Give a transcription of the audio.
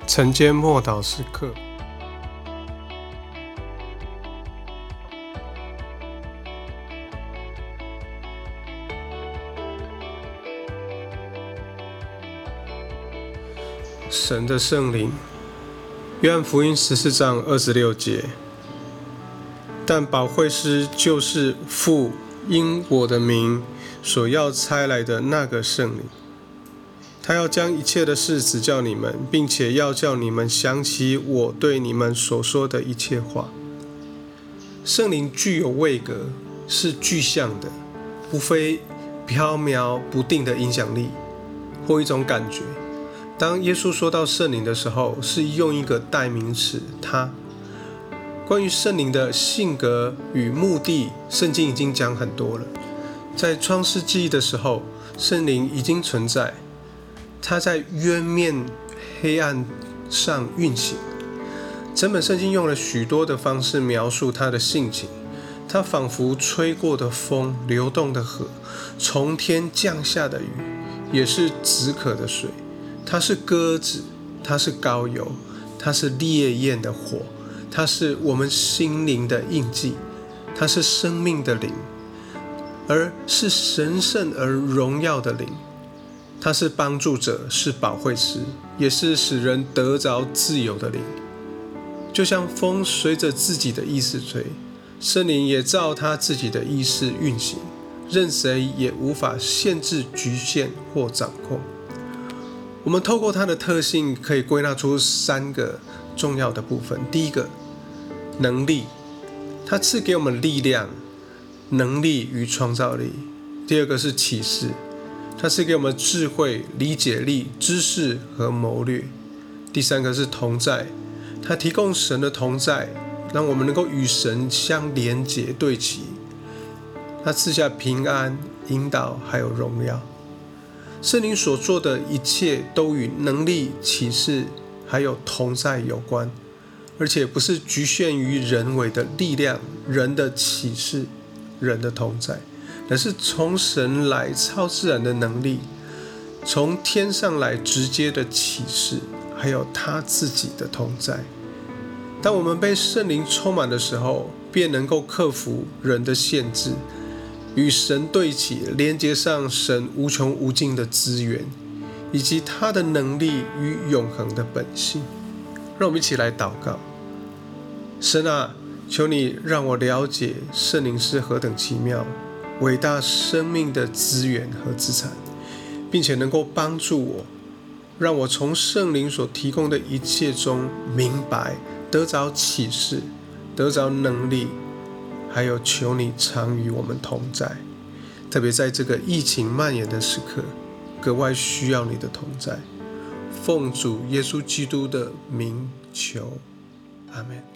晨间默祷时刻，神的圣灵。约翰福音14章26节。但保惠师就是父因我的名所要差来的那个圣灵，他要将一切的事指教你们，并且要叫你们想起我对你们所说的一切话。圣灵具有位格，是具象的，不非缥缈不定的影响力或一种感觉。当耶稣说到圣灵的时候，是用一个代名词他。关于圣灵的性格与目的，圣经已经讲很多了。在创世纪的时候，圣灵已经存在，他在渊面黑暗上运行。整本圣经用了许多的方式描述他的性情，他仿佛吹过的风，流动的河，从天降下的雨，也是止渴的水。他是鸽子，他是膏油，他是烈焰的火，他是我们心灵的印记，他是生命的灵，而是神圣而荣耀的灵。他是帮助者，是保惠师，也是使人得着自由的灵。就像风随着自己的意思吹，圣灵也照他自己的意思运行，任谁也无法限制、局限或掌控。我们透过它的特性，可以归纳出3个重要的部分。第一个，能力，它赐给我们力量、能力与创造力。第二个是启示，它赐给我们智慧、理解力、知识和谋略。第三个是同在，它提供神的同在，让我们能够与神相连结对齐。它赐下平安、引导还有荣耀。圣灵所做的一切都与能力、启示还有同在有关，而且不是局限于人为的力量、人的启示、人的同在，而是从神来超自然的能力，从天上来直接的启示，还有他自己的同在。当我们被圣灵充满的时候，便能够克服人的限制，与神对齐，连接上神无穷无尽的资源，以及他的能力与永恒的本性。让我们一起来祷告。神啊，求你让我了解圣灵是何等奇妙、伟大生命的资源和资产，并且能够帮助我，让我从圣灵所提供的一切中明白，得着启示，得着能力，还有求你常与我们同在。特别在这个疫情蔓延的时刻，格外需要你的同在。奉主耶稣基督的名求，阿们。